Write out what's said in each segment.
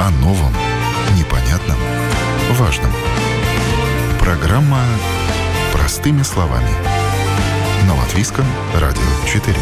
О новом, непонятном, важном. Программа «Простыми словами» на Латвийском радио 4.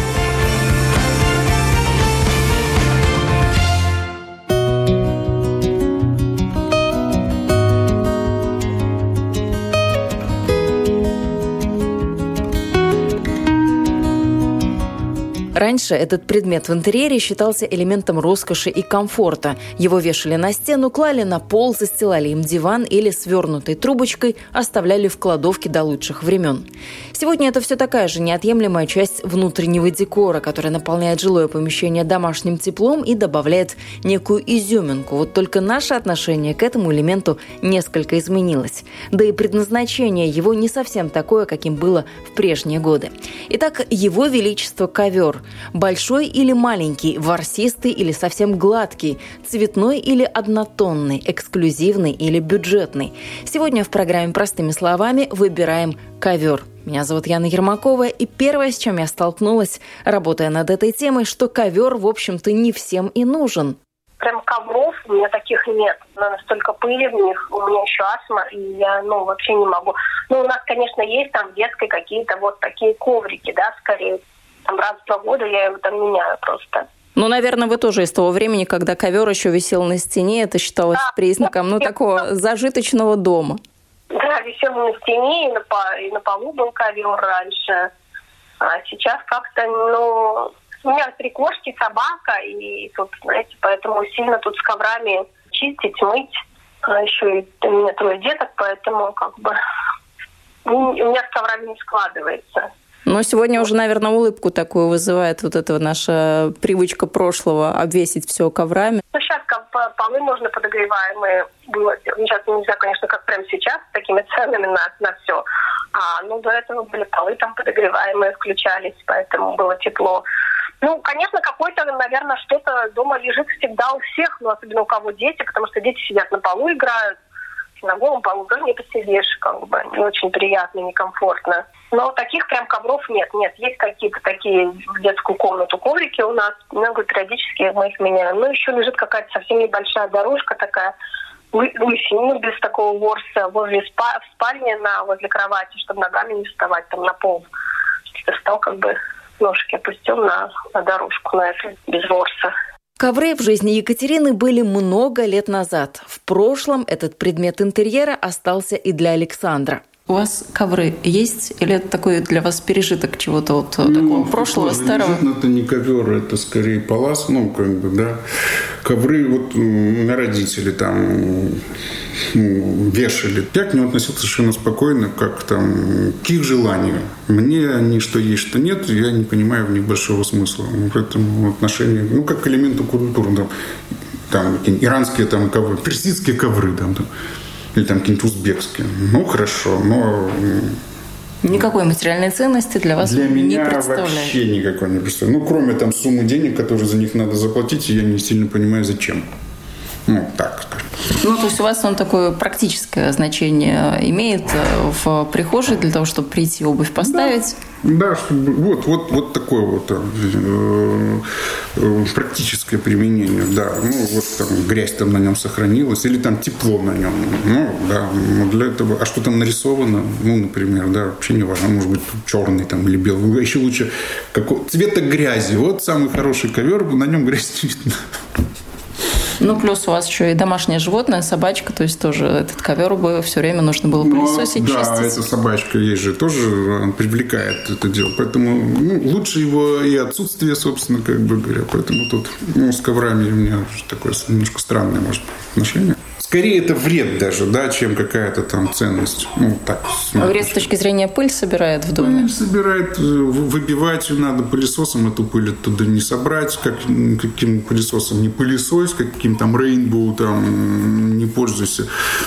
Раньше этот предмет в интерьере считался элементом роскоши и комфорта. Его вешали на стену, клали на пол, застилали им диван или свернутой трубочкой оставляли в кладовке до лучших времен. Сегодня это все такая же неотъемлемая часть внутреннего декора, которая наполняет жилое помещение домашним теплом и добавляет некую изюминку. Вот только наше отношение к этому элементу несколько изменилось. Да и предназначение его не совсем такое, каким было в прежние годы. Итак, Его Величество ковер. Большой или маленький, ворсистый или совсем гладкий, цветной или однотонный, эксклюзивный или бюджетный. Сегодня в программе «Простыми словами» выбираем ковер. Меня зовут Яна Ермакова, и первое, с чем я столкнулась, работая над этой темой, что ковер, в общем-то, не всем и нужен. Прям ковров у меня таких нет. Но настолько пыли в них, у меня еще астма, и я, вообще не могу. У нас, конечно, есть там в детской какие-то вот такие коврики, да, скорее. Раз в 2 года я его там меняю просто. Наверное, вы тоже из того времени, когда ковер еще висел на стене, это считалось признаком, такого зажиточного дома. Да, висел на стене, и на полу был ковер раньше. А сейчас как-то, у меня 3 кошки, собака, и тут, знаете, поэтому сильно тут с коврами чистить, мыть. А еще и у меня 3 деток, поэтому у меня с коврами не складывается. Но сегодня уже, наверное, улыбку такую вызывает вот эта наша привычка прошлого обвесить все коврами. Сейчас полы можно подогреваемые делать. Сейчас нельзя, конечно, как прямо сейчас, с такими ценами на все. До этого были полы там подогреваемые, включались, поэтому было тепло. Конечно, какое-то, наверное, что-то дома лежит всегда у всех, особенно у кого дети, потому что дети сидят на полу, играют. На голом полу тоже не посидишь, не очень приятно, некомфортно. Но таких прям ковров нет. Нет, есть какие-то такие в детскую комнату коврики у нас. Периодически мы их меняем. Еще лежит какая-то совсем небольшая дорожка такая, без такого ворса, в спальне, возле кровати, чтобы ногами не вставать там на пол. Ты встал, ножки опустил на дорожку, на эту, без ворса. Ковры в жизни Екатерины были много лет назад. В прошлом этот предмет интерьера остался и для Александра. У вас ковры есть? Или это такой для вас пережиток чего-то такого прошлого, старого? Это не ковер, это скорее палас, да. Ковры на родители там вешали. Я к ним относился совершенно спокойно, как к их желанию. Мне они что есть, что нет, я не понимаю в них большого смысла. Поэтому отношение, как к элементу культуры, там иранские ковры, персидские ковры, или какие-нибудь узбекские. Хорошо, но... Никакой материальной ценности для вас не представляет? Для меня вообще никакой не представляет. Кроме суммы денег, которые за них надо заплатить, я не сильно понимаю, зачем. Так скажем. То есть у вас он такое практическое значение имеет в прихожей для того, чтобы прийти обувь поставить? Да, чтобы вот такое практическое применение, да. Грязь там на нем сохранилась, или там тепло на нем. Для этого. А что там нарисовано, например, вообще не важно. Может быть, черный или белый. Еще лучше цвета грязи. Вот самый хороший ковер, на нем грязь не видно. Плюс у вас еще и домашнее животное, собачка, то есть тоже этот ковер бы все время нужно было пылесосить, чистить. Да, эта собачка есть же тоже привлекает это дело. Поэтому лучше его и отсутствие, собственно, говоря. Поэтому тут с коврами у меня такое немножко странное, может быть, отношение. Скорее это вред даже, чем какая-то там ценность. Вред с точки зрения пыль собирает в доме? Пыль собирает, выбивать надо пылесосом, эту пыль оттуда не собрать, каким пылесосом не пылесось, каким Rainbow не пользуйся.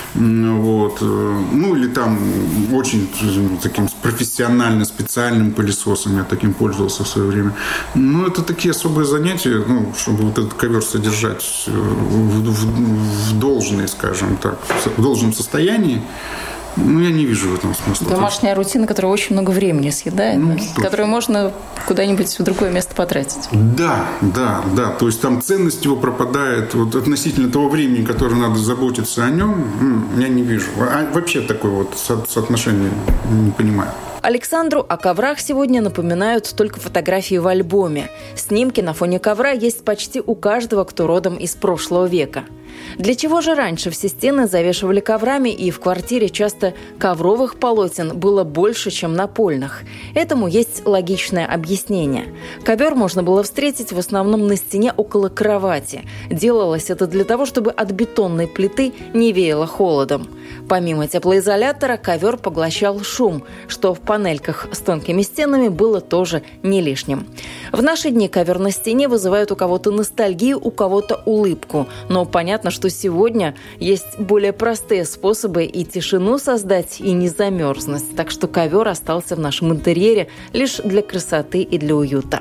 Или очень таким профессионально специальным пылесосом, я таким пользовался в свое время. Это такие особые занятия, чтобы этот ковер содержать в должной, скажем так, в должном состоянии. Я не вижу в этом смысла. Домашняя рутина, которая очень много времени съедает, которую можно куда-нибудь в другое место потратить. Да. То есть там ценность его пропадает вот относительно того времени, которое надо заботиться о нем, я не вижу. А вообще такое вот соотношение не понимаю. Александру о коврах сегодня напоминают только фотографии в альбоме. Снимки на фоне ковра есть почти у каждого, кто родом из прошлого века. Для чего же раньше все стены завешивали коврами, и в квартире часто ковровых полотен было больше, чем напольных? Этому есть логичное объяснение. Ковер можно было встретить в основном на стене около кровати. Делалось это для того, чтобы от бетонной плиты не веяло холодом. Помимо теплоизолятора, ковер поглощал шум, что в панельках с тонкими стенами было тоже не лишним. В наши дни ковер на стене вызывает у кого-то ностальгию, у кого-то улыбку. Но понятно, что сегодня есть более простые способы и тишину создать, и не замерзнуть. Так что ковер остался в нашем интерьере лишь для красоты и для уюта.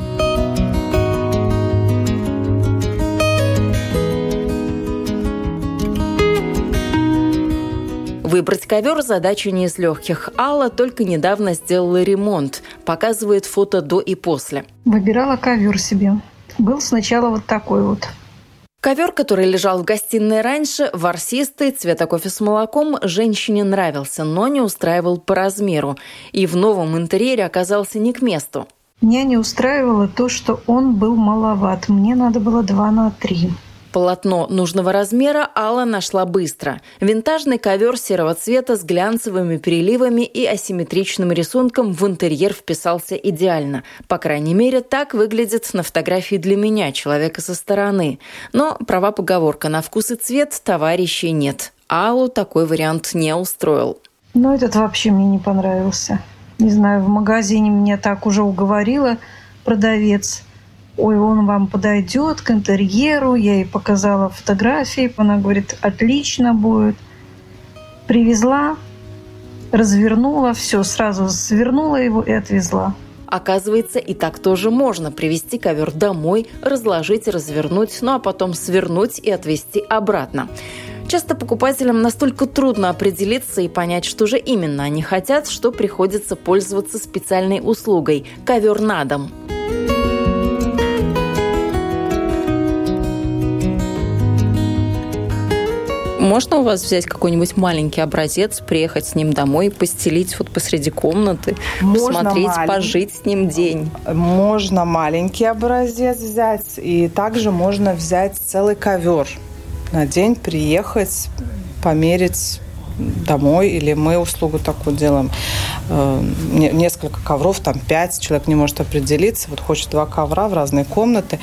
Выбрать ковер – задача не из легких. Алла только недавно сделала ремонт. Показывает фото до и после. Выбирала ковер себе. Был сначала вот такой вот. Ковер, который лежал в гостиной раньше, ворсистый, цвета кофе с молоком, женщине нравился, но не устраивал по размеру. И в новом интерьере оказался не к месту. Меня не устраивало то, что он был маловат. Мне надо было 2x3. Полотно нужного размера Алла нашла быстро. Винтажный ковер серого цвета с глянцевыми переливами и асимметричным рисунком в интерьер вписался идеально. По крайней мере, так выглядит на фотографии для меня, человека со стороны. Но права поговорка: на вкус и цвет товарищей нет. Аллу такой вариант не устроил. Этот вообще мне не понравился. Не знаю, в магазине меня так уже уговорила продавец. Ой, он вам подойдет к интерьеру. Я ей показала фотографии. Она говорит, отлично будет. Привезла, развернула, все, сразу свернула его и отвезла. Оказывается, и так тоже можно. Привезти ковер домой, разложить, развернуть, а потом свернуть и отвезти обратно. Часто покупателям настолько трудно определиться и понять, что же именно они хотят, что приходится пользоваться специальной услугой – ковер на дом. Можно у вас взять какой-нибудь маленький образец, приехать с ним домой, постелить посреди комнаты, посмотреть, пожить с ним день? Можно маленький образец взять, и также можно взять целый ковер на день, приехать, померить домой, или мы услугу такую делаем. Несколько ковров, 5, человек не может определиться, хочет 2 ковра в разные комнаты.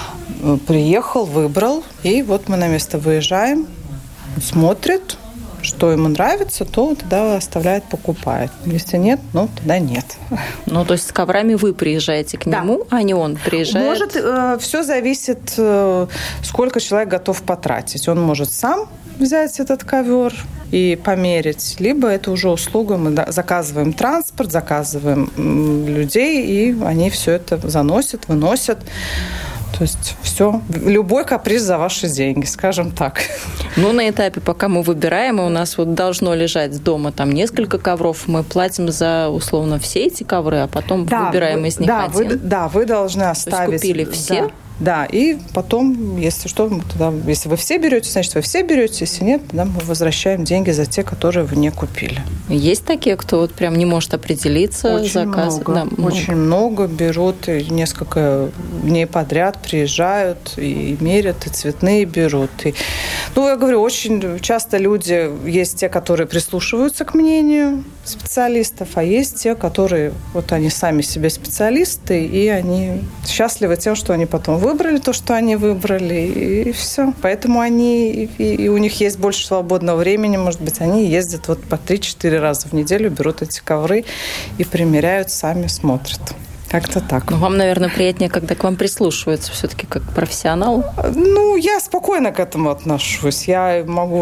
Приехал, выбрал, и мы на место выезжаем, смотрит, что ему нравится, то тогда оставляет, покупает. Если нет, тогда нет. То есть с коврами вы приезжаете к нему, а не он приезжает? Может, все зависит, сколько человек готов потратить. Он может сам взять этот ковер и померить, либо это уже услуга, мы заказываем транспорт, заказываем людей, и они все это заносят, выносят. То есть все, любой каприз за ваши деньги, скажем так. На этапе, пока мы выбираем, и у нас должно лежать дома несколько ковров, мы платим за, условно, все эти ковры, а потом выбираем из них один. Вы должны оставить. То есть купили все? Да, и потом, если что, если вы все берете, значит, вы все берете, если нет, тогда мы возвращаем деньги за те, которые вы не купили. Есть такие, кто прям не может определиться? Очень много берут, и несколько дней подряд приезжают и мерят, и цветные берут. Я говорю, очень часто люди, есть те, которые прислушиваются к мнению специалистов, а есть те, которые, они сами себе специалисты, и они счастливы тем, что они потом выбрали то, что они выбрали, и все. Поэтому они, и у них есть больше свободного времени, может быть, они ездят по 3-4 раза в неделю, берут эти ковры и примеряют, сами смотрят. Как-то так. Вам, наверное, приятнее, когда к вам прислушиваются все-таки как к профессионалу? Я спокойно к этому отношусь. Я могу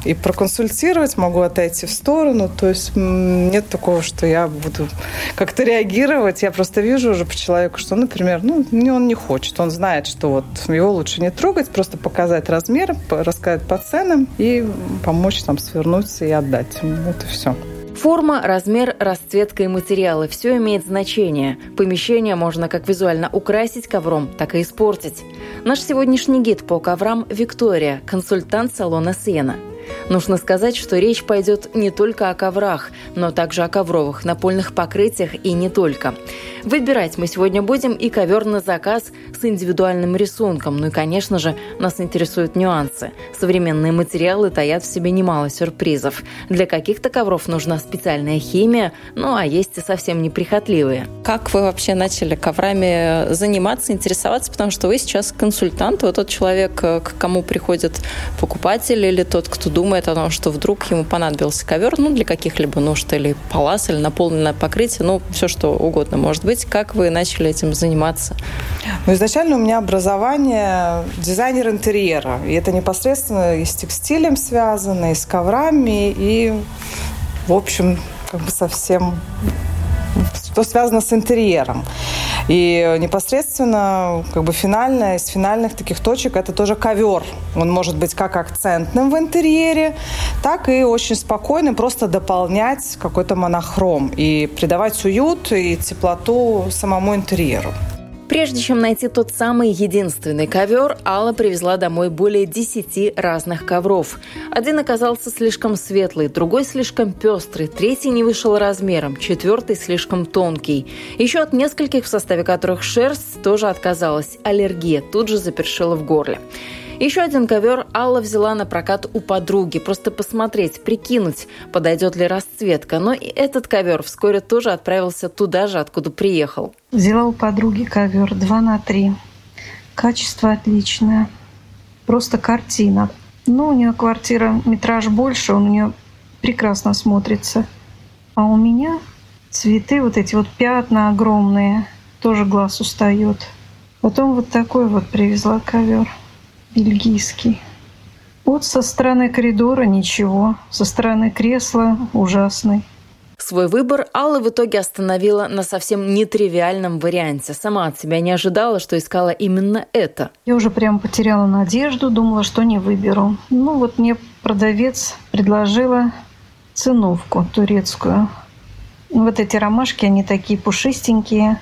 и проконсультировать, могу отойти в сторону. То есть нет такого, что я буду как-то реагировать. Я просто вижу уже по человеку, что, например, он не хочет. Он знает, что вот его лучше не трогать, просто показать размер, рассказать по ценам и помочь там свернуться и отдать ему. Вот и все. Форма, размер, расцветка и материалы – все имеет значение. Помещение можно как визуально украсить ковром, так и испортить. Наш сегодняшний гид по коврам – Виктория, консультант салона «Сена». Нужно сказать, что речь пойдет не только о коврах, но также о ковровых напольных покрытиях и не только. Выбирать мы сегодня будем и ковер на заказ с индивидуальным рисунком. Ну и, конечно же, нас интересуют нюансы. Современные материалы таят в себе немало сюрпризов. Для каких-то ковров нужна специальная химия, а есть и совсем неприхотливые. Как вы вообще начали коврами заниматься, интересоваться? Потому что вы сейчас консультант, вот тот человек, к кому приходит покупатель или тот, кто думает о том, что вдруг ему понадобился ковер, для каких-либо нужд, или палас, или наполненное покрытие, все что угодно может быть. Как вы начали этим заниматься? Изначально у меня образование дизайнер интерьера. И это непосредственно и с текстилем связано, и с коврами, и, в общем, со всем, что связано с интерьером. И непосредственно финальная из финальных таких точек это тоже ковер. Он может быть как акцентным в интерьере, так и очень спокойным, просто дополнять какой-то монохром и придавать уют и теплоту самому интерьеру. Прежде чем найти тот самый единственный ковер, Алла привезла домой более 10 разных ковров. Один оказался слишком светлый, другой слишком пестрый, третий не вышел размером, четвертый слишком тонкий. Еще от нескольких, в составе которых шерсть тоже отказалась. Аллергия тут же запершила в горле. Еще один ковер Алла взяла на прокат у подруги, просто посмотреть, прикинуть, подойдет ли расцветка. Но и этот ковер вскоре тоже отправился туда же, откуда приехал. Взяла у подруги ковер 2х3. Качество отличное. Просто картина. У нее квартира метраж больше, он у нее прекрасно смотрится. А у меня цветы, вот эти пятна огромные, тоже глаз устает. Потом вот такой привезла ковер. Бельгийский. Со стороны коридора ничего, со стороны кресла ужасный. Свой выбор Алла в итоге остановила на совсем нетривиальном варианте. Сама от себя не ожидала, что искала именно это. Я уже прям потеряла надежду, думала, что не выберу. Мне продавец предложила циновку турецкую. Эти ромашки, они такие пушистенькие.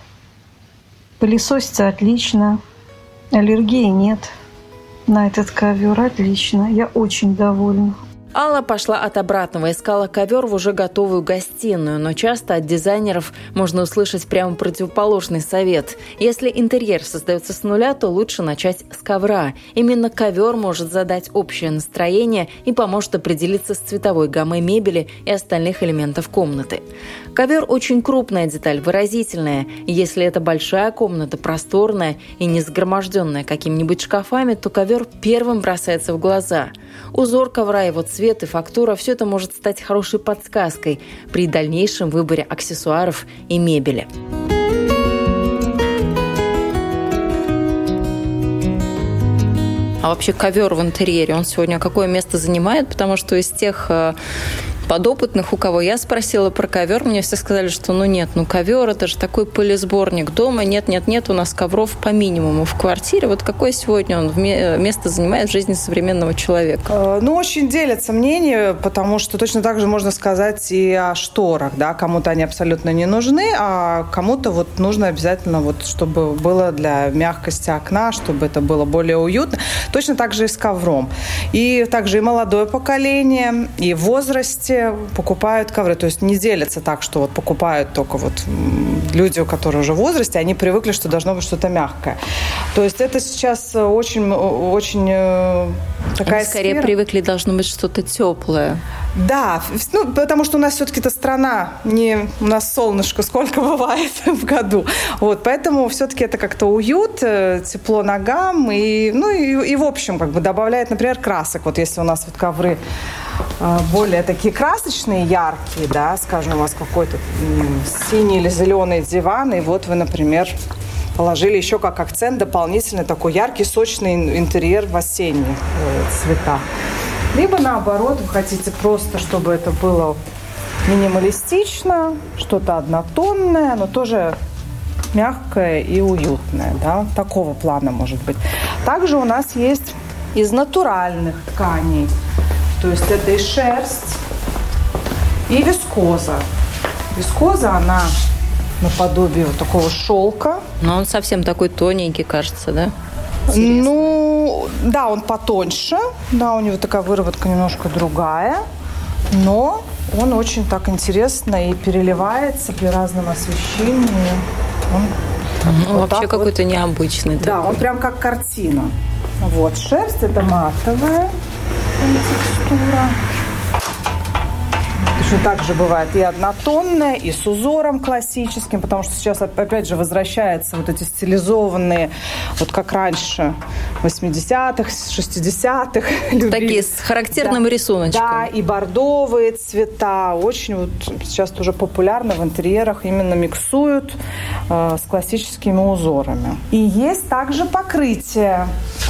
Пылесосятся отлично. Аллергии нет. На этот ковер отлично. Я очень довольна. Алла пошла от обратного, искала ковер в уже готовую гостиную, но часто от дизайнеров можно услышать прямо противоположный совет. Если интерьер создается с нуля, то лучше начать с ковра. Именно ковер может задать общее настроение и поможет определиться с цветовой гаммой мебели и остальных элементов комнаты. Ковер очень крупная деталь, выразительная. Если это большая комната, просторная и не загроможденная какими-нибудь шкафами, то ковер первым бросается в глаза. Узор ковра, его цвет и фактура – все это может стать хорошей подсказкой при дальнейшем выборе аксессуаров и мебели. А вообще ковер в интерьере, он сегодня какое место занимает? Потому что из тех подопытных, у кого я спросила про ковер, мне все сказали, что ковер – это же такой пылесборник дома. Нет, у нас ковров по минимуму в квартире. Какое сегодня он место занимает в жизни современного человека? Очень делятся мнения, потому что точно так же можно сказать и о шторах. Да? Кому-то они абсолютно не нужны, а кому-то нужно обязательно, чтобы было для мягкости окна, чтобы это было более уютно. Точно так же и с ковром. И также и молодое поколение, и в возрасте покупают ковры. То есть не делятся так, что покупают только люди, которые уже в возрасте, они привыкли, что должно быть что-то мягкое. То есть это сейчас очень такая они скорее сфера. Привыкли, должно быть что-то теплое. Да, потому что у нас все-таки эта страна, у нас солнышко сколько бывает в году. Поэтому все-таки это как-то уют, тепло ногам и в общем добавляет, например, красок. Если у нас ковры более такие красочные, яркие, да, скажем, у вас какой-то синий или зеленый диван, и вы, например, положили еще как акцент дополнительный такой яркий, сочный интерьер в осенних цветах. Либо наоборот, вы хотите просто, чтобы это было минималистично, что-то однотонное, но тоже мягкое и уютное, да, такого плана может быть. Также у нас есть из натуральных тканей, то есть это и шерсть, и вискоза. Вискоза, она наподобие вот такого шелка. Но он совсем такой тоненький, кажется, да? Интересно. Ну, да, он потоньше, да, у него такая выработка немножко другая, но он очень так интересно и переливается при разном освещении. Он вот вообще какой-то вот необычный. Да, такой. Он прям как картина. Вот, шерсть это матовая текстура. Точно так же бывает и однотонная, и с узором классическим, потому что сейчас опять же возвращаются вот эти стилизованные, вот как раньше, 80-х, 60-х. Такие с характерным рисуночком. Да, и бордовые цвета. Очень вот сейчас тоже популярно в интерьерах, именно миксуют с классическими узорами. И есть также покрытие.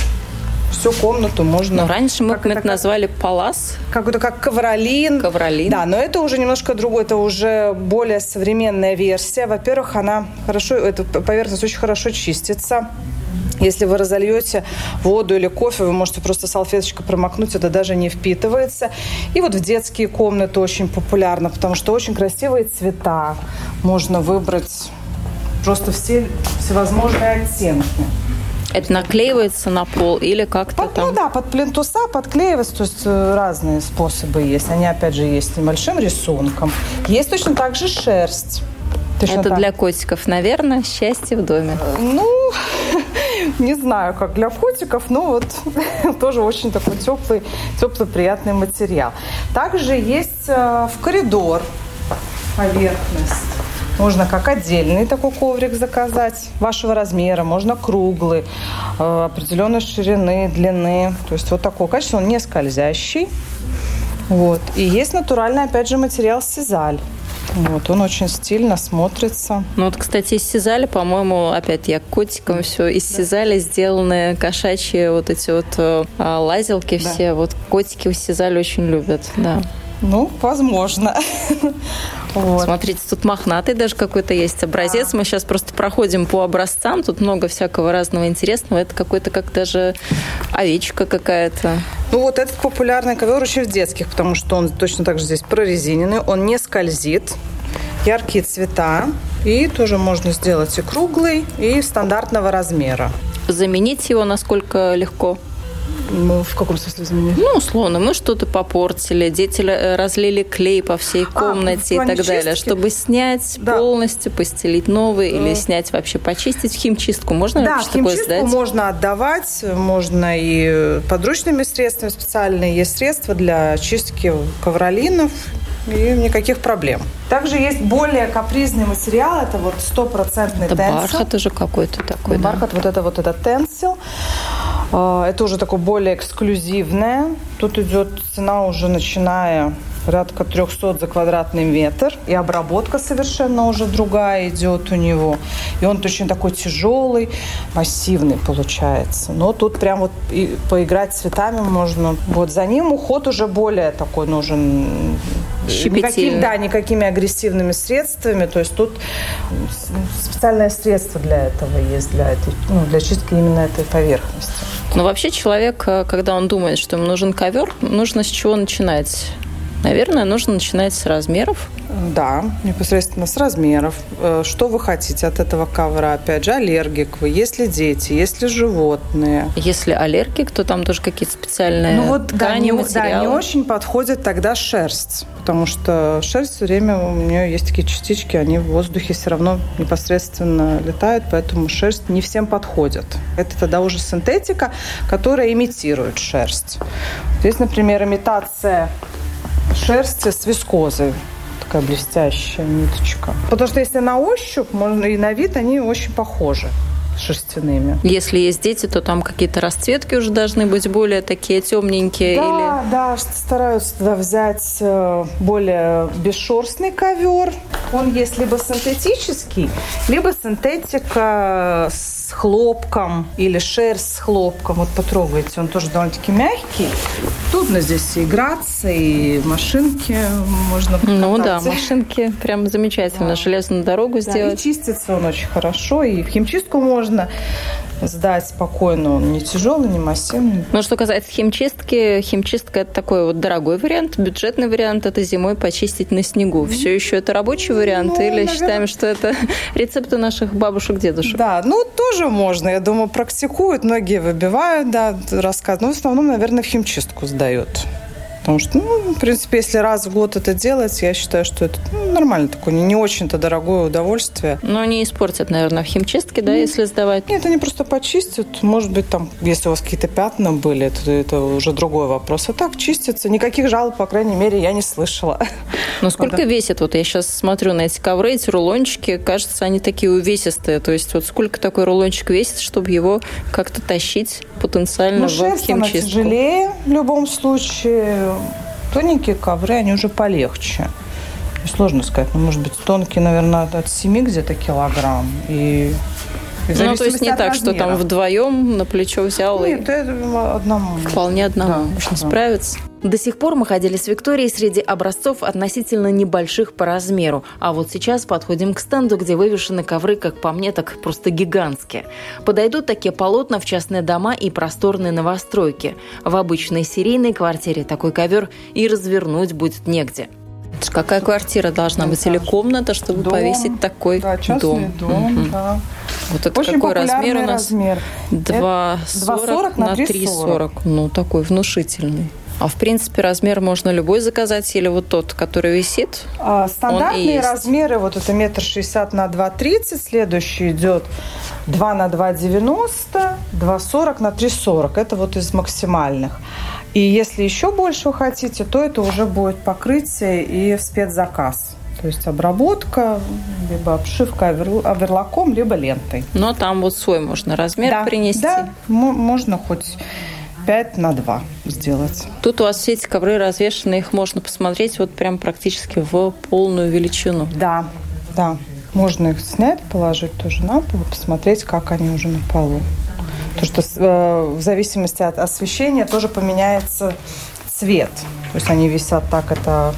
Всю комнату можно... Но раньше мы это назвали палас. Какой-то как ковролин. Ковролин. Да, но это уже немножко другое. Это уже более современная версия. Во-первых, она хорошо... Эта поверхность очень хорошо чистится. Если вы разольете воду или кофе, вы можете просто салфеточкой промокнуть, это даже не впитывается. И вот в детские комнаты очень популярно, потому что очень красивые цвета. Можно выбрать просто все всевозможные оттенки. Это наклеивается на пол или как-то там? Ну да, под плинтуса подклеивается, то есть разные способы есть. Они, опять же, есть с небольшим рисунком. Есть точно так же шерсть. Точно это так. Для котиков, наверное, счастье в доме. Ну, не знаю, как для котиков, но вот тоже очень такой теплый, приятный материал. Также есть в коридор поверхность. Можно как отдельный такой коврик заказать вашего размера, можно круглый, определенной ширины, длины. То есть вот такого качества, он не скользящий. Вот. И есть натуральный, опять же, материал сизаль. Вот, он очень стильно смотрится. Ну вот, кстати, из сизали, по-моему, опять я к котикам все, из сизали сделаны кошачьи вот эти вот лазилки все. Вот котики у сизали очень любят, да. Ну, возможно. Вот. Смотрите, тут мохнатый даже какой-то есть образец. Мы сейчас просто проходим по образцам. Тут много всякого разного интересного. Это какой-то как даже овечка какая-то. Ну, вот этот популярный ковер очень в детских, потому что он точно так же здесь прорезиненный. Он не скользит. Яркие цвета. И тоже можно сделать и круглый, и стандартного размера. Заменить его насколько легко? Ну, в каком смысле заменить? Ну, условно, мы что-то попортили, дети разлили клей по всей комнате и так далее. Чтобы снять полностью, постелить новый или снять вообще, почистить в химчистку. Можно вообще такое сдать? Да, в химчистку можно отдавать, можно и подручными средствами специальные. Есть средства для чистки ковролинов. И никаких проблем. Также есть более капризный материал. Это вот 100% это тенсил. Бархат уже какой-то такой. Бархат, да? вот это тенсил. Это уже такое более эксклюзивное. Тут идет цена уже начиная порядка 300 за квадратный метр. И обработка совершенно уже другая идет у него. И он очень такой тяжелый, массивный получается. Но тут прям вот и поиграть цветами можно. Вот за ним уход уже более такой нужен. Никакими агрессивными средствами. То есть тут специальное средство для этого есть, для чистки именно этой поверхности. Но вообще человек, когда он думает, что ему нужен ковер, нужно с чего начинать? Наверное, нужно начинать с размеров. Да, непосредственно с размеров. Что вы хотите от этого ковра? Опять же, аллергик вы, есть ли дети, есть ли животные. Если аллергик, то там тоже какие-то специальные ткани, материалы. Да, не очень подходит тогда шерсть, потому что шерсть все время, у нее есть такие частички, они в воздухе все равно непосредственно летают, поэтому шерсть не всем подходит. Это тогда уже синтетика, которая имитирует шерсть. Здесь, например, имитация шерсти с вискозой. Такая блестящая ниточка. Потому что если на ощупь, можно и на вид, они очень похожи шерстяными. Если есть дети, то там какие-то расцветки уже должны быть более такие темненькие. Да, стараются тогда взять более бесшерстный ковер. Он есть либо синтетический, либо синтетика с с хлопком или шерсть с хлопком. Вот потрогайте, он тоже довольно-таки мягкий. Трудно здесь играться, и машинки можно покататься. Ну да, машинки прям замечательно. Да. Железную дорогу сделать. И чистится он очень хорошо, и в химчистку можно сдать спокойно, он не тяжелый, не массивный. Ну, что касается химчистки, химчистка – это такой вот дорогой вариант, бюджетный вариант – это зимой почистить на снегу. Все еще это рабочий вариант, или наверное... считаем, что это рецепты наших бабушек-дедушек? Да, ну, тоже можно, я думаю, практикуют, многие выбивают, да, рассказывают, но в основном, наверное, в химчистку сдают. Потому что, ну, в принципе, если раз в год это делать, я считаю, что это нормально такое, не очень-то дорогое удовольствие. Но не испортят, наверное, в химчистке, да, если сдавать? Нет, они просто почистят. Может быть, там, если у вас какие-то пятна были, это уже другой вопрос. А так чистится. Никаких жалоб, по крайней мере, я не слышала. Но сколько весит? Вот я сейчас смотрю на эти ковры, эти рулончики. Кажется, они такие увесистые. То есть вот сколько такой рулончик весит, чтобы его как-то тащить потенциально в химчистку? Шерсть, она тяжелее в любом случае. Тоненькие ковры, они уже полегче. Сложно сказать. Ну, может быть, тонкие, наверное, от 7 где-то килограмм. И ну, то есть не так, что там вдвоем на плечо взял. Нет, это одному. Вполне одному можно справиться. До сих пор мы ходили с Викторией среди образцов относительно небольших по размеру. А вот сейчас подходим к стенду, где вывешены ковры, как по мне, так просто гигантские. Подойдут такие полотна в частные дома и просторные новостройки. В обычной серийной квартире такой ковер и развернуть будет негде. Какая квартира должна быть? Или комната, чтобы повесить такой частный дом, да. Вот это очень какой размер у нас? 2,40 на 3,40. Ну, такой внушительный. А в принципе размер можно любой заказать или вот тот, который висит? Стандартные размеры, вот это 1,60 на 2,30, следующий идет 2 на 2,90, 2,40 на 3,40. Это вот из максимальных. И если еще больше вы хотите, то это уже будет покрытие и спецзаказ. То есть обработка, либо обшивка оверлоком, либо лентой. Но там вот свой можно размер принести. Да, можно хоть 5 на 2 сделать. Тут у вас все эти ковры развешаны, их можно посмотреть вот прям практически в полную величину. Да. Можно их снять, положить тоже на пол и посмотреть, как они уже на полу. Потому что в зависимости от освещения тоже поменяется цвет. То есть они висят так, это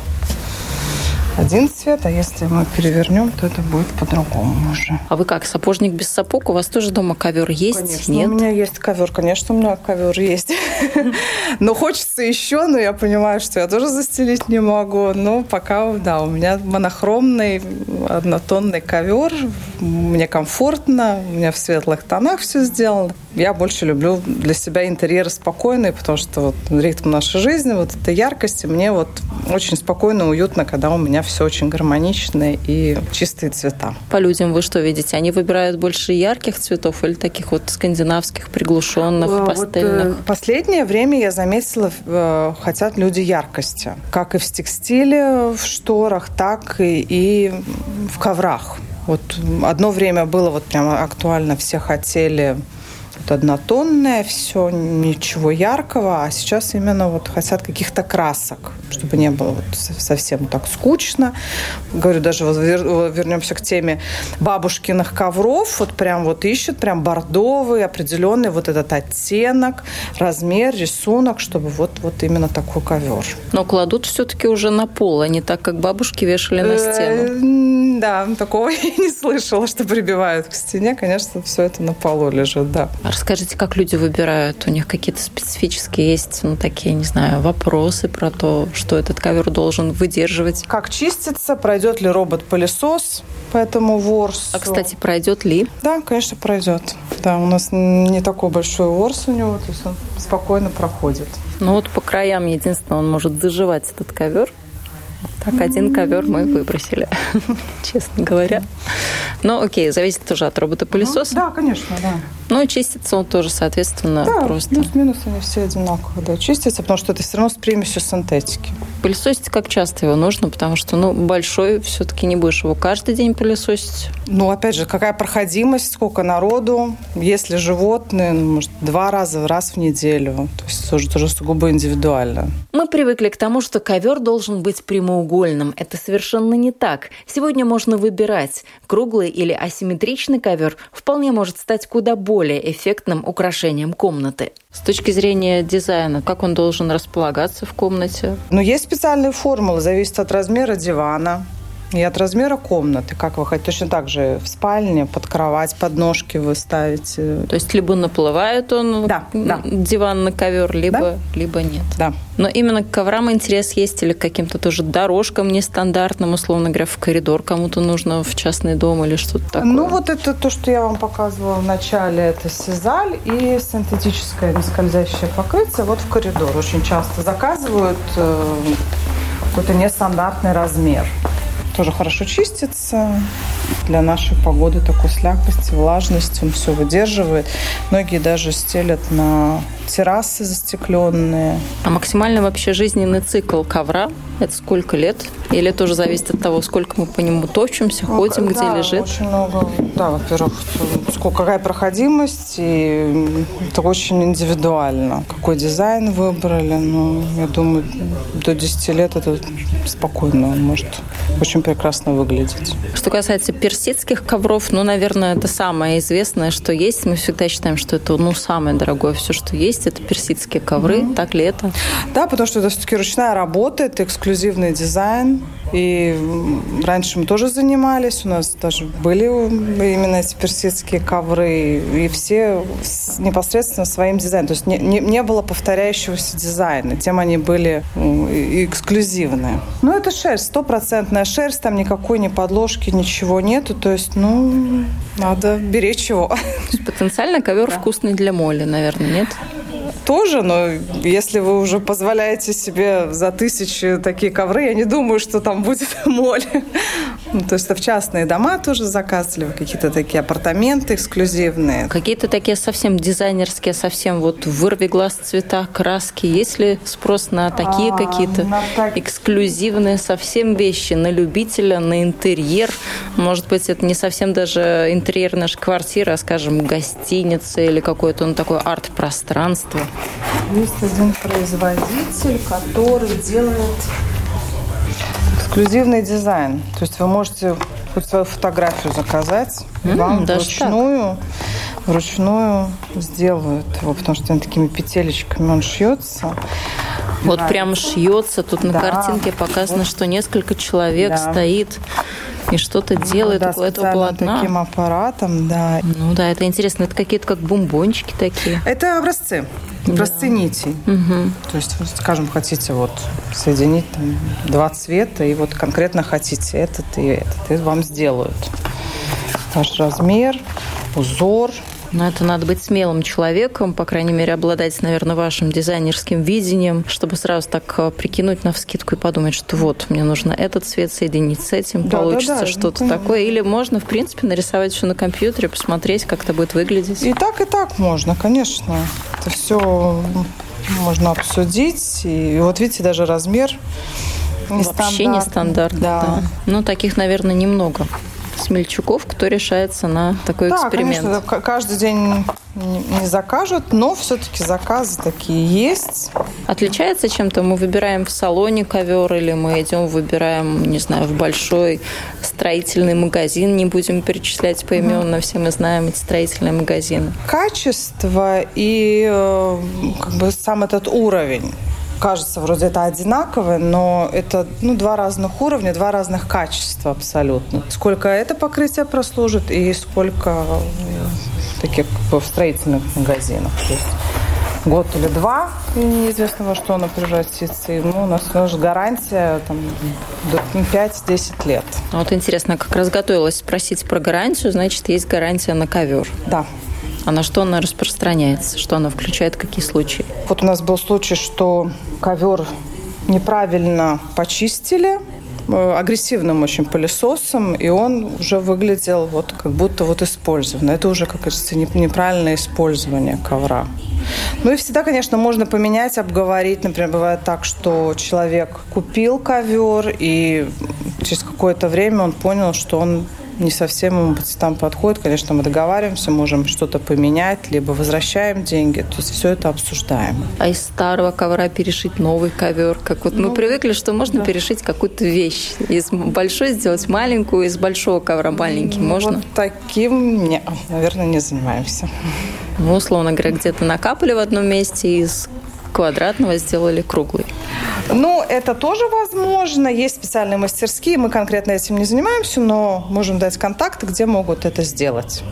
один цвет, а если мы перевернем, то это будет по-другому уже. А вы как, сапожник без сапог? У вас тоже дома ковер есть? Конечно, нет? У меня есть ковер, конечно, у меня ковер есть. Но хочется еще, но я понимаю, что я тоже застелить не могу. Но пока, да, у меня монохромный однотонный ковер. Мне комфортно, у меня в светлых тонах все сделано. Я больше люблю для себя интерьеры спокойные, потому что вот ритм нашей жизни, вот эта яркость, и мне вот очень спокойно, уютно, когда у меня все очень гармонично и чистые цвета. По людям вы что видите? Они выбирают больше ярких цветов или таких вот скандинавских, приглушенных, пастельных? Вот, последнее время я заметила, хотят люди яркости. Как и в текстиле, в шторах, так и в коврах. Вот одно время было вот прямо актуально, все хотели однотонное, все, ничего яркого, а сейчас именно вот хотят каких-то красок, чтобы не было вот совсем так скучно. Говорю, даже вот вернемся к теме бабушкиных ковров, вот прям вот ищут прям бордовый, определенный вот этот оттенок, размер, рисунок, чтобы вот именно такой ковер. Но кладут все-таки уже на пол, а не так, как бабушки вешали на стену. Да, такого я не слышала, что прибивают к стене. Конечно, все это на полу лежит, да. Расскажите, как люди выбирают? У них какие-то специфические есть, такие, не знаю, вопросы про то, что этот ковер должен выдерживать? Как чистится, пройдет ли робот-пылесос по этому ворсу? А, кстати, пройдет ли? Да, конечно, пройдет. Да, у нас не такой большой ворс у него, то есть он спокойно проходит. Ну вот по краям, единственное, он может заживать этот ковер. Так, один ковер мы выбросили, честно говоря. Но окей, зависит тоже от робота-пылесоса. Да, конечно, да. Ну, и чистится он тоже, соответственно, да, просто. Плюс-минус они все одинаково, да, чистятся, потому что это все равно с примесью синтетики. Пылесосить как часто его нужно? Потому что, большой все-таки не будешь его каждый день пылесосить. Опять же, какая проходимость, сколько народу. Если животные, может, 2 раза, раз в неделю. То есть тоже сугубо индивидуально. Мы привыкли к тому, что ковер должен быть прямоугольным. Это совершенно не так. Сегодня можно выбирать. Круглый или асимметричный ковер вполне может стать куда более эффектным украшением комнаты. С точки зрения дизайна, как он должен располагаться в комнате? Есть специальные формулы, зависит от размера дивана и от размера комнаты. Как вы хотите, точно так же в спальне, под кровать, под ножки вы ставите. То есть либо наплывает он, диван на ковер, либо нет. Да. Но именно к коврам интерес есть или к каким-то тоже дорожкам нестандартным, условно говоря, в коридор кому-то нужно, в частный дом или что-то такое? Это то, что я вам показывала в начале, это сизаль и синтетическое нескользящее покрытие. В коридор очень часто заказывают какой-то нестандартный размер. Тоже хорошо чистится. Для нашей погоды такой слякости, влажности, он все выдерживает. Многие даже стелят на террасы застекленные. А максимально вообще жизненный цикл ковра – это сколько лет? Или тоже зависит от того, сколько мы по нему топчемся, ходим, где лежит? Очень много. Да, во-первых, какая проходимость, и это очень индивидуально. Какой дизайн выбрали. Я думаю, до 10 лет это спокойно может очень прекрасно выглядеть. Что касается персидских ковров, наверное, это самое известное, что есть. Мы всегда считаем, что это самое дорогое все, что есть, это персидские ковры. Так ли это? Да, потому что это все-таки ручная работа, это эксклюзивный дизайн. И раньше мы тоже занимались, у нас даже были именно эти персидские ковры, и все непосредственно своим дизайном. То есть не было повторяющегося дизайна, тем они были эксклюзивные. Это шерсть, 100% шерсть, там никакой ни подложки, ничего нету, то есть, надо беречь его. То есть потенциально ковер вкусный для моли, наверное, нет? Тоже, но если вы уже позволяете себе за 1000 такие ковры, я не думаю, что там будет моль. То есть это в частные дома тоже заказывали, какие-то такие апартаменты эксклюзивные. Какие-то такие совсем дизайнерские, совсем вырви глаз цвета, краски. Есть ли спрос на такие какие-то эксклюзивные совсем вещи на любителя, на интерьер? Может быть, это не совсем даже интерьер нашей квартиры, а, скажем, гостиница или какое-то такое арт-пространство? Есть один производитель, который делает эксклюзивный дизайн. То есть вы можете хоть свою фотографию заказать, вам вручную сделают его, потому что такими петелечками он шьется. Прям шьется. Тут на картинке показано, что несколько человек стоит и что-то делает около этого полотна. Таким аппаратом, да. Это интересно. Это какие-то как бомбончики такие. Это образцы. Образцы нитей. Угу. То есть, скажем, хотите соединить 2 цвета, и конкретно хотите этот и этот, и вам сделают. Ваш размер, узор. Это надо быть смелым человеком, по крайней мере, обладать, наверное, вашим дизайнерским видением, чтобы сразу так прикинуть навскидку и подумать, что мне нужно этот цвет соединить с этим, получится что-то такое. Или можно, в принципе, нарисовать все на компьютере, посмотреть, как это будет выглядеть. И так можно, конечно. Это все можно обсудить. И видите, даже размер вообще нестандартный. Да. Таких, наверное, немного. Смельчаков, кто решается на такой эксперимент. Да, конечно, каждый день не закажут, но все-таки заказы такие есть. Отличается чем-то? Мы выбираем в салоне ковер или мы идем, выбираем, не знаю, в большой строительный магазин, не будем перечислять поименно, все мы знаем эти строительные магазины. Качество и сам этот уровень. Кажется, вроде это одинаковое, но это 2 разных уровня, 2 разных качества абсолютно. Сколько это покрытие прослужит и сколько таких в строительных магазинах. То есть год или 2, и неизвестно, во что оно превратится. И, у нас же гарантия до 5-10 лет. Интересно, как раз готовилась спросить про гарантию, значит, есть гарантия на ковер. Да. А на что она распространяется? Что она включает? Какие случаи? У нас был случай, что ковер неправильно почистили, агрессивным очень пылесосом, и он уже выглядел вот как будто вот использован. Это уже, как говорится, неправильное использование ковра. Ну и всегда, конечно, можно поменять, обговорить. Например, бывает так, что человек купил ковер, и через какое-то время он понял, что он не совсем ему там подходит. Конечно, мы договариваемся, можем что-то поменять, либо возвращаем деньги. То есть все это обсуждаем. А из старого ковра перешить новый ковер? Как вот мы привыкли, что можно перешить какую-то вещь. Из большой сделать маленькую, из большого ковра маленький можно? Вот таким, наверное, не занимаемся. Ну, условно говоря, где-то накапали в одном месте и из квадратного сделали круглый. Ну, это тоже возможно. Есть специальные мастерские. Мы конкретно этим не занимаемся, но можем дать контакты, где могут это сделать.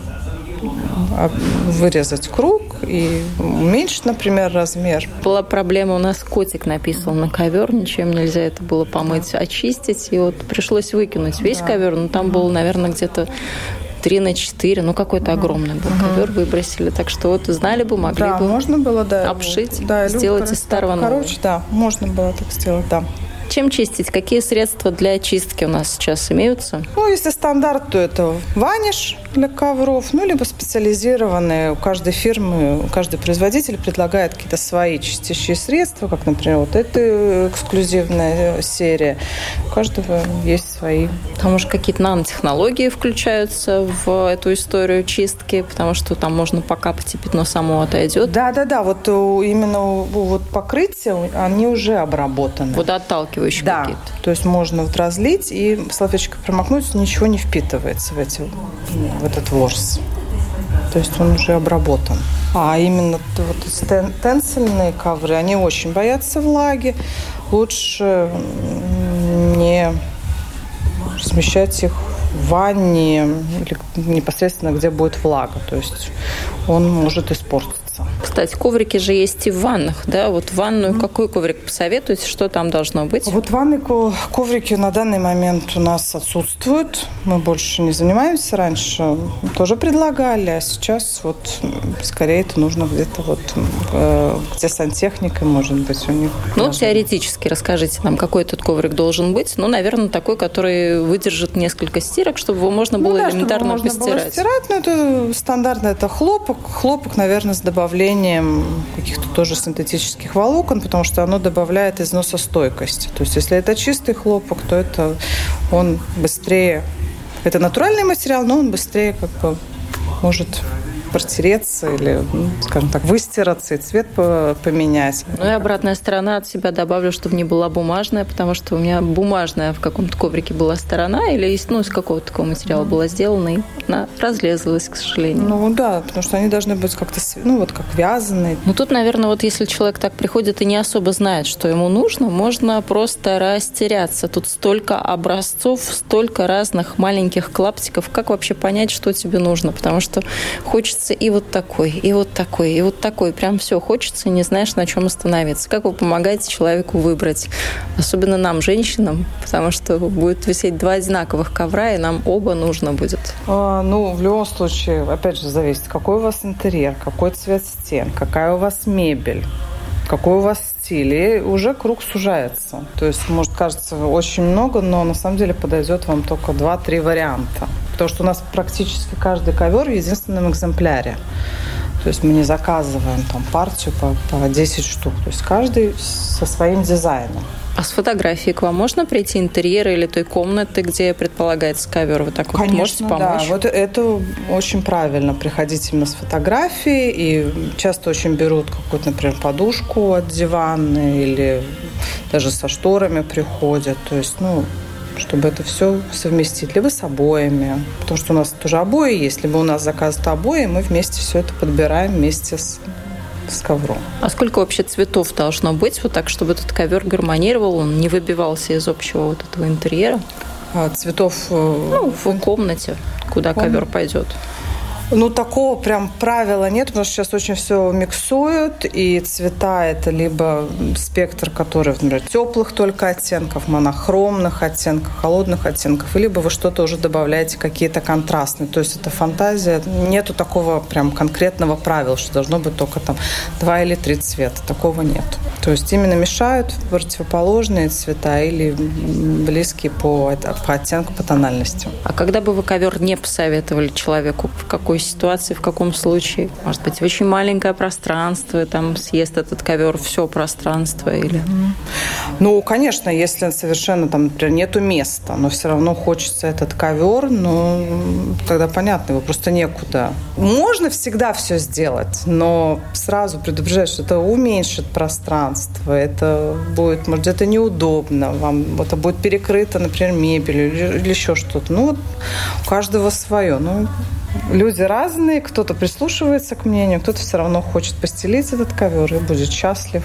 Вырезать круг и уменьшить, например, размер. Была проблема, у нас котик написан на ковер, ничем нельзя это было помыть, очистить. И вот пришлось выкинуть весь ковер, но там было, наверное, где-то 3x4, ну какой-то огромный был ковер, выбросили. Так что вот знали бы, могли бы можно было, обшить, сделать из старого нового. Короче, да, можно было так сделать, да. Чем чистить? Какие средства для очистки у нас сейчас имеются? Ну, если стандарт, то это ваниш для ковров, ну, либо специализированные. У каждой фирмы, каждый производитель предлагает какие-то свои чистящие средства, как, например, вот эта эксклюзивная серия. У каждого есть свои. Там уже какие-то нанотехнологии включаются в эту историю чистки, потому что там можно покапать, и пятно само отойдет. Да, вот именно вот покрытия, они уже обработаны. Водоотталкивающие какие-то. То есть можно вот разлить и салфеточкой промокнуть, ничего не впитывается в этот ворс. То есть он уже обработан. А именно вот тенсельные ковры, они очень боятся влаги. Лучше не размещать их в ванне или непосредственно, где будет влага. То есть он может испортиться. Кстати, коврики же есть и в ваннах, да? Вот в ванную какой коврик посоветуете? Что там должно быть? Вот ванные коврики на данный момент у нас отсутствуют. Мы больше не занимаемся. Раньше тоже предлагали, а сейчас вот скорее это нужно где-то вот где сантехника, может быть, у них. Ну, теоретически расскажите нам, какой этот коврик должен быть. Ну, наверное, такой, который выдержит несколько стирок, чтобы его можно было элементарно постирать. Но это стандартно, это хлопок, наверное, с добавлением каких-то тоже синтетических волокон, потому что оно добавляет износостойкость. То есть, если это чистый хлопок, то это он быстрее... Это натуральный материал, но он быстрее как бы может протереться или, скажем так, выстираться и цвет поменять. Ну и обратная сторона от себя добавлю, чтобы не была бумажная, потому что у меня бумажная в каком-то коврике была сторона или из какого-то такого материала была сделана, и она разлезлась, к сожалению. Ну да, потому что они должны быть как-то, вот как вязаные. Ну тут, наверное, вот если человек так приходит и не особо знает, что ему нужно, можно просто растеряться. Тут столько образцов, столько разных маленьких клаптиков. Как вообще понять, что тебе нужно? Потому что хочется и вот такой, и вот такой, и вот такой. Прям все хочется, и не знаешь, на чем остановиться. Как вы помогаете человеку выбрать? Особенно нам, женщинам, потому что будет висеть 2 одинаковых ковра, и нам оба нужно будет. В любом случае, опять же, зависит, какой у вас интерьер, какой цвет стен, какая у вас мебель, какой у вас стиль. И уже круг сужается. То есть, может, кажется, очень много, но на самом деле подойдет вам только 2-3 варианта. Потому что у нас практически каждый ковер в единственном экземпляре. То есть мы не заказываем там партию по 10 штук. То есть каждый со своим дизайном. А с фотографией к вам можно прийти интерьера или той комнаты, где предполагается ковер? Вы так вот Конечно, можете помочь? Да. Вот это очень правильно. Приходить именно с фотографией. И часто очень берут какую-то, например, подушку от дивана или даже со шторами приходят. То есть, чтобы это все совместить. Либо с обоями. Потому что у нас тоже обои есть. Либо у нас заказывают обои, и мы вместе все это подбираем вместе с ковром. А сколько вообще цветов должно быть, вот так, чтобы этот ковер гармонировал, он не выбивался из общего вот этого интерьера? Цветов? В комнате, куда ковер пойдет. Такого прям правила нет, потому что сейчас очень все миксуют, и цвета это либо спектр, который, например, теплых только оттенков, монохромных оттенков, холодных оттенков, либо вы что-то уже добавляете, какие-то контрастные. То есть это фантазия. Нету такого прям конкретного правила, что должно быть только там 2 или 3 цвета. Такого нет. То То есть именно мешают противоположные цвета или близкие по оттенку, по тональности. А когда бы вы ковер не посоветовали человеку? В какой ситуации, в каком случае? Может быть, очень маленькое пространство, там съест этот ковер все пространство или... Ну, конечно, если совершенно там, например, нету места, но все равно хочется этот ковер, ну, тогда понятно, его просто некуда. Можно всегда все сделать, но сразу предупреждать, что это уменьшит пространство, это будет, может, это неудобно, вам это будет перекрыто, например, мебелью или еще что-то. Ну, у каждого свое. Ну, люди разные, кто-то прислушивается к мнению, кто-то все равно хочет постелить этот ковер и будет счастлив,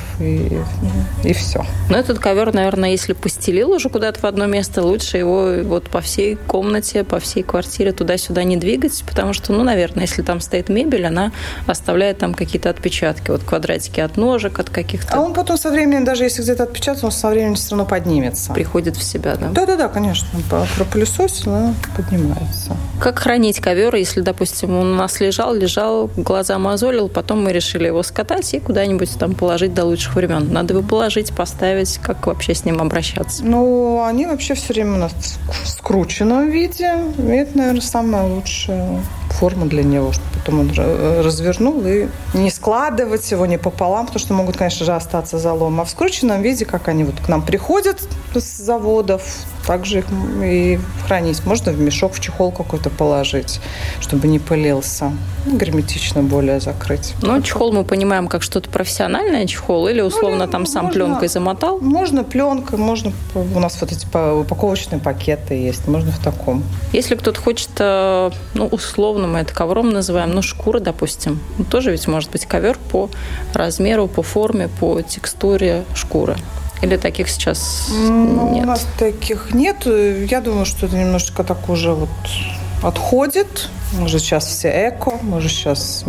и все. Но этот ковер, наверное, если постелил уже куда-то в одно место, лучше его вот по всей комнате, по всей квартире туда-сюда не двигать, потому что, ну, наверное, если там стоит мебель, она оставляет там какие-то отпечатки, вот квадратики от ножек, от каких-то... А он потом со временем, даже если где-то отпечатался, он со временем все равно поднимется. Приходит в себя, да? Да-да-да, конечно. Пропылесосил, он поднимается. Как хранить ковер, если, допустим, он у нас лежал, глаза мозолил, потом мы решили его скатать и куда-нибудь там положить до лучших времен. Надо его положить, поставить, как вообще с ним обращаться? Ну, они вообще все время у нас в скрученном виде. И это, наверное, самая лучшая форма для него, чтобы потом он развернул и не складывать его не пополам, потому что могут, конечно же, остаться заломы. А в скрученном виде, как они вот к нам приходят с заводов, также их и хранить. Можно в мешок, в чехол какой-то положить, чтобы не пылился. Герметично более закрыть. Ну, чехол мы понимаем как что-то профессиональное, чехол, или условно там сам пленкой замотал? Можно пленкой, можно... У нас вот эти упаковочные пакеты есть, можно в таком. Если кто-то хочет, ну, условно мы это ковром называем, ну, шкура, допустим, ну, тоже ведь может быть ковер по размеру, по форме, по текстуре шкуры. Или таких сейчас нет? У нас таких нет. Я думаю, что это немножечко так уже вот отходит. Мы же сейчас все эко, мы же сейчас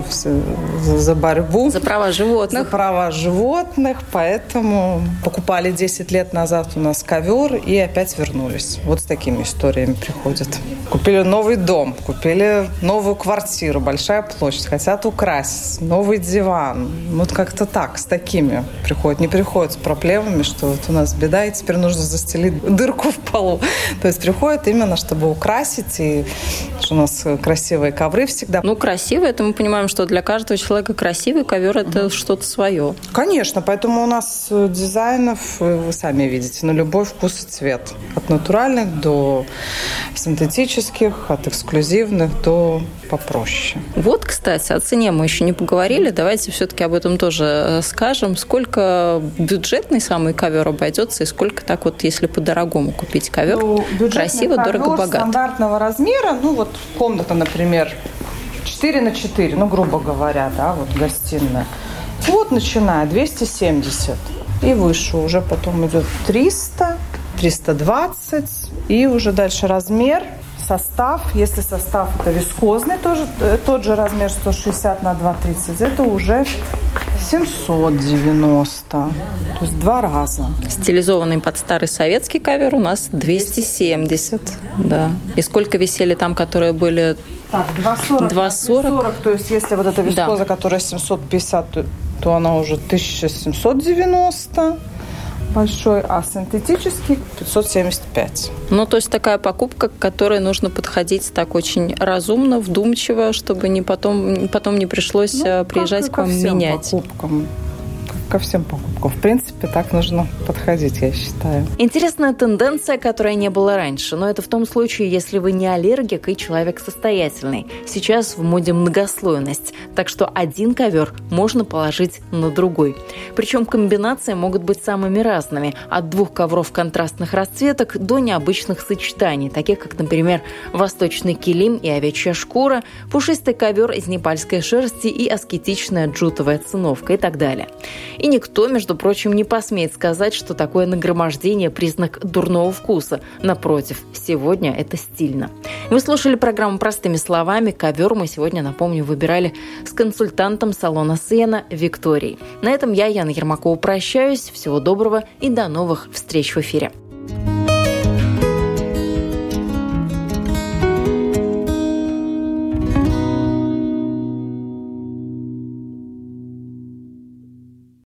за борьбу. За права животных. За права животных, поэтому покупали 10 лет назад у нас ковер и опять вернулись. Вот с такими историями приходят. Купили новый дом, купили новую квартиру, большая площадь, хотят украсить, новый диван. Вот как-то так, с такими приходят. Не приходят с проблемами, что вот у нас беда, и теперь нужно застелить дырку в полу. То есть приходят именно, чтобы украсить, и что у нас красивые ковры всегда. Ну, красивые, это мы понимаем, что для каждого человека красивый ковер – это что-то свое. Конечно, поэтому у нас дизайнов, вы сами видите, на любой вкус и цвет. От натуральных до синтетических, от эксклюзивных до попроще. Вот, кстати, о цене мы еще не поговорили. Давайте все-таки об этом тоже скажем. Сколько бюджетный самый ковер обойдется и сколько так вот, если по-дорогому купить ковер? Ну, красиво, дорого, богато. Стандартного размера, ну вот комната, например, 4x4, ну, грубо говоря, да, вот гостиная. Вот начиная 270 и выше. Уже потом идет 300, 320 и уже дальше размер. Состав, если состав это вискозный, тоже тот же размер 160 на 230, это уже 790, то есть 2 раза. Стилизованный под старый советский ковер у нас 270, да. И сколько висели там, которые были? Так, 240, то есть если вот эта вискоза, да, которая 750, то она уже 1790. Большой, а синтетический 575. Ну, то есть такая покупка, к которой нужно подходить так очень разумно, вдумчиво, чтобы потом не пришлось приезжать к вам менять. Ко всем покупкам. В принципе, так нужно подходить, я считаю. Интересная тенденция, которой не было раньше. Но это в том случае, если вы не аллергик и человек состоятельный. Сейчас в моде многослойность. Так что один ковер можно положить на другой. Причем комбинации могут быть самыми разными. От 2 ковров контрастных расцветок до необычных сочетаний, таких как, например, восточный килим и овечья шкура, пушистый ковер из непальской шерсти и аскетичная джутовая циновка и так далее. И никто, между прочим, не посмеет сказать, что такое нагромождение – признак дурного вкуса. Напротив, сегодня это стильно. Вы слушали программу «Простыми словами». Ковер мы сегодня, напомню, выбирали с консультантом салона «Сена» Викторией. На этом я, Яна Ермакова, прощаюсь. Всего доброго и до новых встреч в эфире.